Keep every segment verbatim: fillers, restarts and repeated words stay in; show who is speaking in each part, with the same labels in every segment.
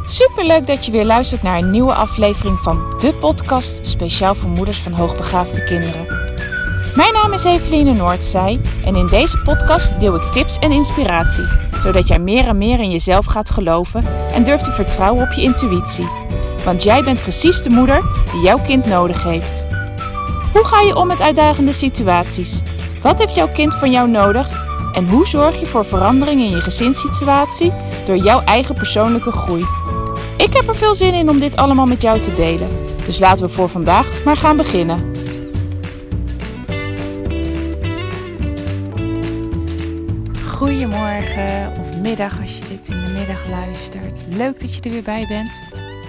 Speaker 1: Superleuk dat je weer luistert naar een nieuwe aflevering van de podcast speciaal voor moeders van hoogbegaafde kinderen. Mijn naam is Eveline Noordzij en in deze podcast deel ik tips en inspiratie, zodat jij meer en meer in jezelf gaat geloven en durft te vertrouwen op je intuïtie. Want jij bent precies de moeder die jouw kind nodig heeft. Hoe ga je om met uitdagende situaties? Wat heeft jouw kind van jou nodig? En hoe zorg je voor verandering in je gezinssituatie door jouw eigen persoonlijke groei? Ik heb er veel zin in om dit allemaal met jou te delen. Dus laten we voor vandaag maar gaan beginnen. Goedemorgen of middag als je dit in de middag luistert. Leuk dat je er weer bij bent.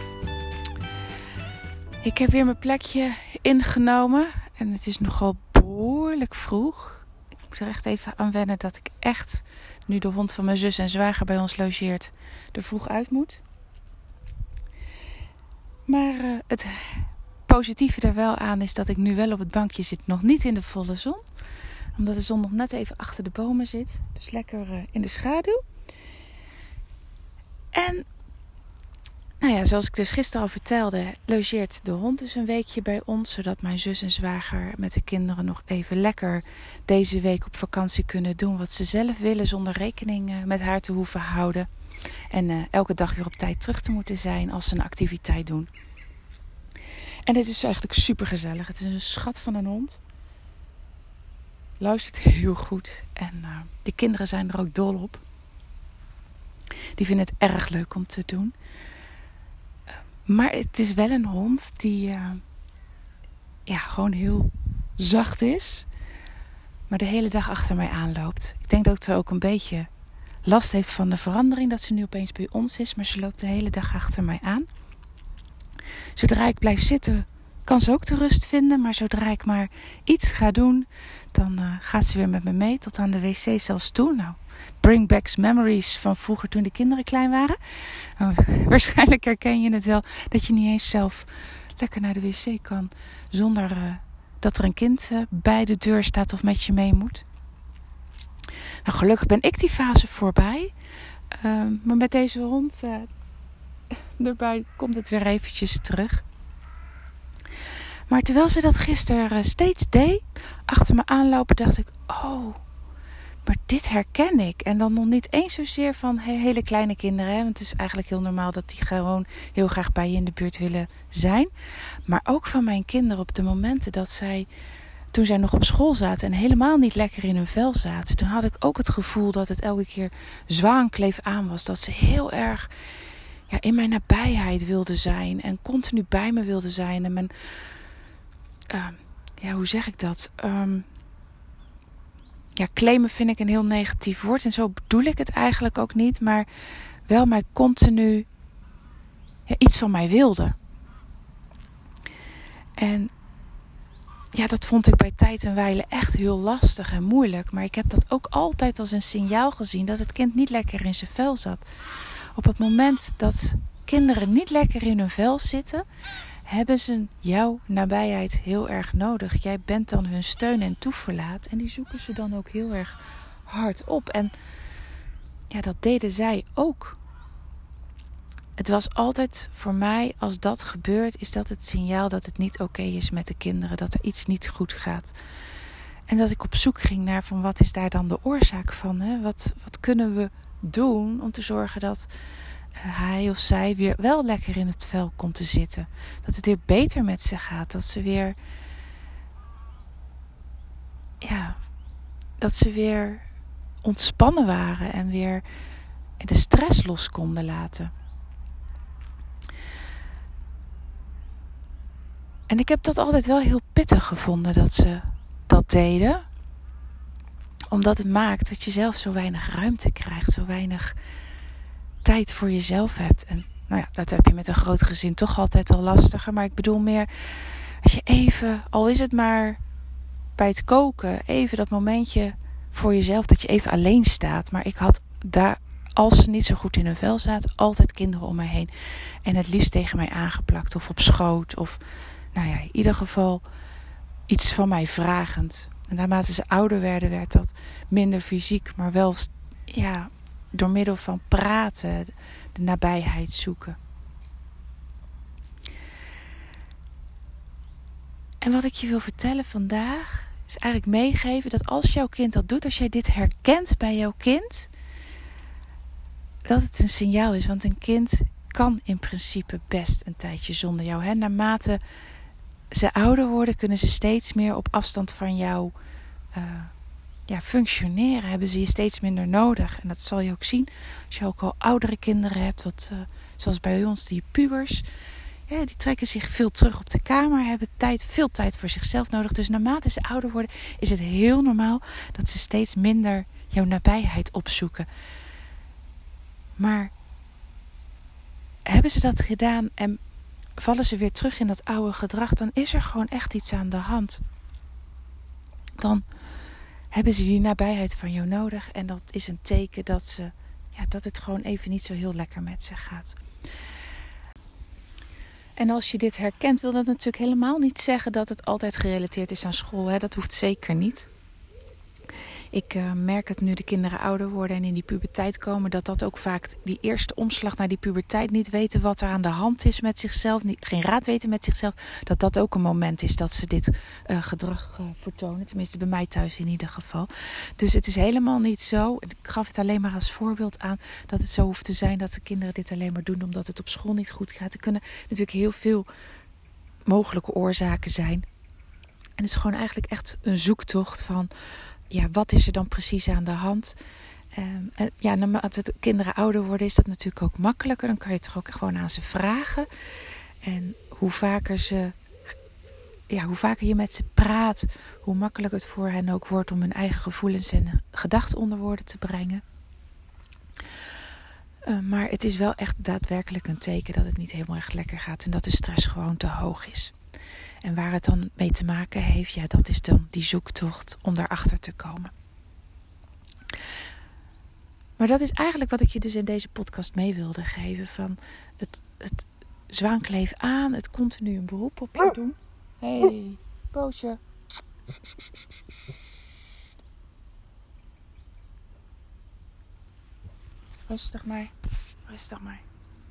Speaker 1: Ik heb weer mijn plekje ingenomen en het is nogal behoorlijk vroeg. Ik moet er echt even aan wennen dat ik echt, nu de hond van mijn zus en zwager bij ons logeert, er vroeg uit moet. Maar uh, het positieve er wel aan is dat ik nu wel op het bankje zit, nog niet in de volle zon. Omdat de zon nog net even achter de bomen zit. Dus lekker uh, in de schaduw. En nou ja, zoals ik dus gisteren al vertelde, logeert de hond dus een weekje bij ons. Zodat mijn zus en zwager met de kinderen nog even lekker deze week op vakantie kunnen doen wat ze zelf willen. Zonder rekening uh, met haar te hoeven houden. En uh, elke dag weer op tijd terug te moeten zijn als ze een activiteit doen. En dit is eigenlijk super gezellig. Het is een schat van een hond. Luistert heel goed. En uh, de kinderen zijn er ook dol op. Die vinden het erg leuk om te doen. Uh, maar het is wel een hond die uh, ja, gewoon heel zacht is. Maar de hele dag achter mij aanloopt. Ik denk dat ze ook een beetje last heeft van de verandering. Dat ze nu opeens bij ons is. Maar ze loopt de hele dag achter mij aan. Zodra ik blijf zitten, kan ze ook de rust vinden. Maar zodra ik maar iets ga doen, dan uh, gaat ze weer met me mee. Tot aan de wc zelfs toe. Nou, bring back memories van vroeger toen de kinderen klein waren. Nou, waarschijnlijk herken je het wel. Dat je niet eens zelf lekker naar de wc kan. Zonder uh, dat er een kind uh, bij de deur staat of met je mee moet. Nou, gelukkig ben ik die fase voorbij. Uh, maar met deze hond uh, erbij komt het weer eventjes terug. Maar terwijl ze dat gisteren uh, steeds deed, achter me aanlopen, dacht ik, oh, maar dit herken ik. En dan nog niet eens zozeer van he, hele kleine kinderen. Hè? Want het is eigenlijk heel normaal dat die gewoon heel graag bij je in de buurt willen zijn. Maar ook van mijn kinderen op de momenten dat zij, toen zij nog op school zaten en helemaal niet lekker in hun vel zaten. Toen had ik ook het gevoel dat het elke keer zwaankleef aan was. Dat ze heel erg ja, in mijn nabijheid wilden zijn. En continu bij me wilden zijn. En mijn, uh, ja, hoe zeg ik dat? Um, ja, claimen vind ik een heel negatief woord. En zo bedoel ik het eigenlijk ook niet. Maar wel mij continu ja, iets van mij wilden. En ja, dat vond ik bij tijd en wijle echt heel lastig en moeilijk. Maar ik heb dat ook altijd als een signaal gezien dat het kind niet lekker in zijn vel zat. Op het moment dat kinderen niet lekker in hun vel zitten, hebben ze jouw nabijheid heel erg nodig. Jij bent dan hun steun en toeverlaat. En die zoeken ze dan ook heel erg hard op. En ja, dat deden zij ook. Het was altijd voor mij, als dat gebeurt, is dat het signaal dat het niet oké is met de kinderen. Dat er iets niet goed gaat. En dat ik op zoek ging naar van wat is daar dan de oorzaak van? Hè? Wat, wat kunnen we doen om te zorgen dat uh, hij of zij weer wel lekker in het vel komt te zitten. Dat het weer beter met ze gaat. Dat ze weer, ja, dat ze weer ontspannen waren en weer de stress los konden laten. En ik heb dat altijd wel heel pittig gevonden dat ze dat deden. Omdat het maakt dat je zelf zo weinig ruimte krijgt. Zo weinig tijd voor jezelf hebt. En nou ja, dat heb je met een groot gezin toch altijd al lastiger. Maar ik bedoel meer, als je even, al is het maar bij het koken, even dat momentje voor jezelf, dat je even alleen staat. Maar ik had daar, als ze niet zo goed in hun vel zaten, altijd kinderen om mij heen. En het liefst tegen mij aangeplakt of op schoot. Of nou ja, in ieder geval iets van mij vragend. En naarmate ze ouder werden, werd dat minder fysiek, maar wel ja, door middel van praten, de nabijheid zoeken. En wat ik je wil vertellen vandaag is eigenlijk meegeven dat als jouw kind dat doet, als jij dit herkent bij jouw kind, dat het een signaal is. Want een kind kan in principe best een tijdje zonder jou. Hè? Naarmate ze ouder worden, kunnen ze steeds meer op afstand van jou uh, ja, functioneren. Hebben ze je steeds minder nodig. En dat zal je ook zien als je ook al oudere kinderen hebt. Wat, uh, zoals bij ons die pubers. Ja, die trekken zich veel terug op de kamer. Hebben tijd, veel tijd voor zichzelf nodig. Dus naarmate ze ouder worden is het heel normaal dat ze steeds minder jouw nabijheid opzoeken. Maar hebben ze dat gedaan en vallen ze weer terug in dat oude gedrag, dan is er gewoon echt iets aan de hand. Dan hebben ze die nabijheid van jou nodig en dat is een teken dat, ze, ja, dat het gewoon even niet zo heel lekker met ze gaat. En als je dit herkent, wil dat natuurlijk helemaal niet zeggen dat het altijd gerelateerd is aan school. Hè? Dat hoeft zeker niet. Ik uh, merk het nu de kinderen ouder worden en in die puberteit komen, dat dat ook vaak die eerste omslag naar die puberteit, niet weten wat er aan de hand is met zichzelf, niet, geen raad weten met zichzelf, dat dat ook een moment is dat ze dit uh, gedrag uh, vertonen. Tenminste bij mij thuis in ieder geval. Dus het is helemaal niet zo, ik gaf het alleen maar als voorbeeld aan, dat het zo hoeft te zijn dat de kinderen dit alleen maar doen omdat het op school niet goed gaat. Er kunnen natuurlijk heel veel mogelijke oorzaken zijn. En het is gewoon eigenlijk echt een zoektocht van, ja, wat is er dan precies aan de hand? Um, en ja, naarmate de kinderen ouder worden is dat natuurlijk ook makkelijker. Dan kan je het toch ook gewoon aan ze vragen. En hoe vaker, ze, ja, hoe vaker je met ze praat, hoe makkelijker het voor hen ook wordt om hun eigen gevoelens en gedachten onder woorden te brengen. Uh, maar het is wel echt daadwerkelijk een teken dat het niet helemaal echt lekker gaat. En dat de stress gewoon te hoog is. En waar het dan mee te maken heeft, ja, dat is dan die zoektocht om daarachter te komen. Maar dat is eigenlijk wat ik je dus in deze podcast mee wilde geven. Van het, het zwaankleef aan, het continu een beroep op je doen. Hé, hey, Poosje. Rustig maar, rustig maar.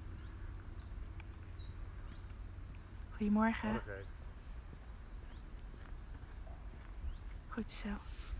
Speaker 1: Goedemorgen.
Speaker 2: Okay.
Speaker 1: Goed zo.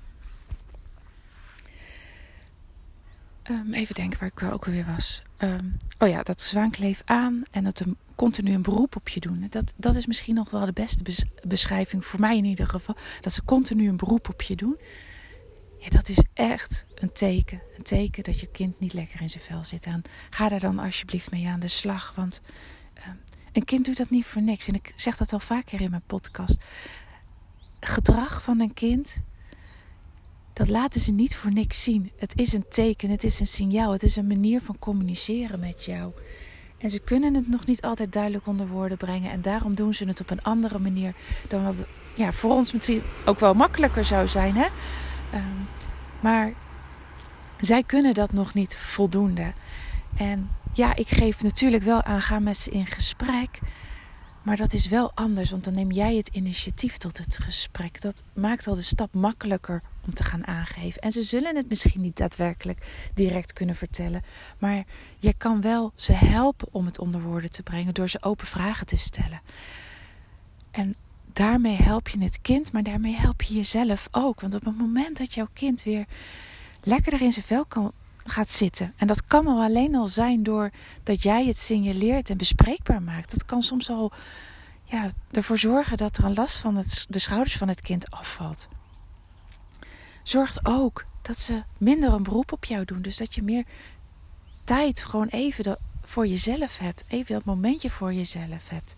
Speaker 1: Um, even denken waar ik ook alweer was. Um, oh ja, dat zwaankleef aan en dat een continu een beroep op je doen. Dat, dat is misschien nog wel de beste bes- beschrijving voor mij in ieder geval. Dat ze continu een beroep op je doen. Ja, dat is echt een teken. Een teken dat je kind niet lekker in zijn vel zit. En ga daar dan alsjeblieft mee aan de slag. Want um, een kind doet dat niet voor niks. En ik zeg dat al vaker in mijn podcast. Gedrag van een kind, dat laten ze niet voor niks zien. Het is een teken, het is een signaal, het is een manier van communiceren met jou. En ze kunnen het nog niet altijd duidelijk onder woorden brengen. En daarom doen ze het op een andere manier dan wat ja, voor ons misschien ook wel makkelijker zou zijn. Hè? Um, maar zij kunnen dat nog niet voldoende. En ja, ik geef natuurlijk wel aan, ga met ze in gesprek. Maar dat is wel anders, want dan neem jij het initiatief tot het gesprek. Dat maakt al de stap makkelijker om te gaan aangeven. En ze zullen het misschien niet daadwerkelijk direct kunnen vertellen. Maar je kan wel ze helpen om het onder woorden te brengen door ze open vragen te stellen. En daarmee help je het kind, maar daarmee help je jezelf ook. Want op het moment dat jouw kind weer lekkerder in zijn vel kan gaat zitten. En dat kan al alleen al zijn door dat jij het signaleert en bespreekbaar maakt. Dat kan soms al ja, ervoor zorgen dat er een last van het, de schouders van het kind afvalt. Zorgt ook dat ze minder een beroep op jou doen. Dus dat je meer tijd gewoon even dat voor jezelf hebt. Even dat momentje voor jezelf hebt.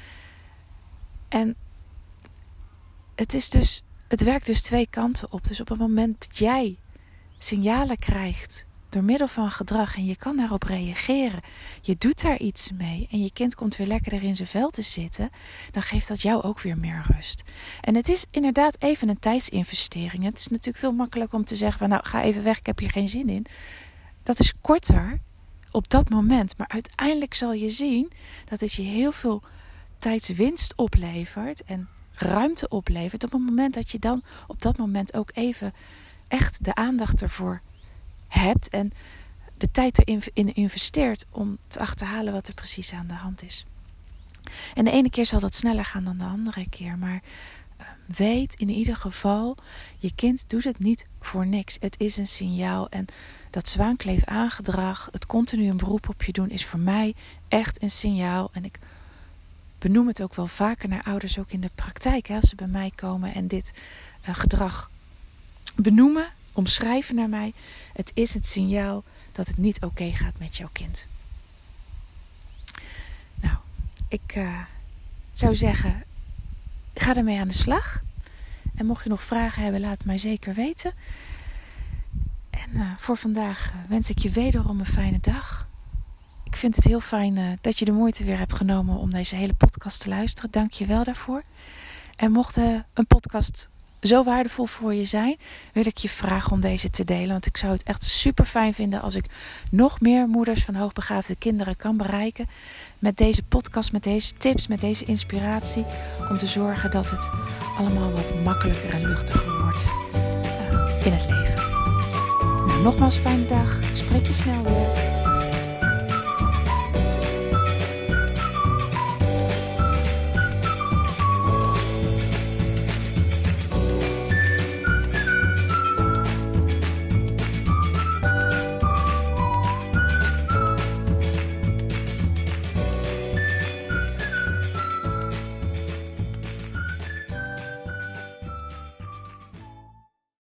Speaker 1: En het is dus, het werkt dus twee kanten op. Dus op het moment dat jij signalen krijgt door middel van gedrag en je kan daarop reageren, je doet daar iets mee en je kind komt weer lekkerder in zijn vel te zitten, dan geeft dat jou ook weer meer rust. En het is inderdaad even een tijdsinvestering. Het is natuurlijk veel makkelijker om te zeggen van nou ga even weg, ik heb hier geen zin in. Dat is korter op dat moment, maar uiteindelijk zal je zien dat het je heel veel tijdswinst oplevert en ruimte oplevert op het moment dat je dan op dat moment ook even echt de aandacht ervoor hebt en de tijd erin investeert om te achterhalen wat er precies aan de hand is. En de ene keer zal dat sneller gaan dan de andere keer. Maar uh, weet in ieder geval, je kind doet het niet voor niks. Het is een signaal. En dat zwaankleef aangedrag, het continu een beroep op je doen, is voor mij echt een signaal. En ik benoem het ook wel vaker naar ouders, ook in de praktijk. Hè, als ze bij mij komen en dit uh, gedrag benoemen, omschrijven naar mij. Het is het signaal dat het niet oké gaat met jouw kind. Nou, ik uh, zou zeggen, ga ermee aan de slag. En mocht je nog vragen hebben, laat het mij zeker weten. En uh, voor vandaag uh, wens ik je wederom een fijne dag. Ik vind het heel fijn uh, dat je de moeite weer hebt genomen om deze hele podcast te luisteren. Dank je wel daarvoor. En mocht uh, een podcast zo waardevol voor je zijn, wil ik je vragen om deze te delen. Want ik zou het echt super fijn vinden als ik nog meer moeders van hoogbegaafde kinderen kan bereiken. Met deze podcast, met deze tips, met deze inspiratie. Om te zorgen dat het allemaal wat makkelijker en luchtiger wordt uh, in het leven. Nou, nogmaals fijne dag. Ik spreek je snel weer.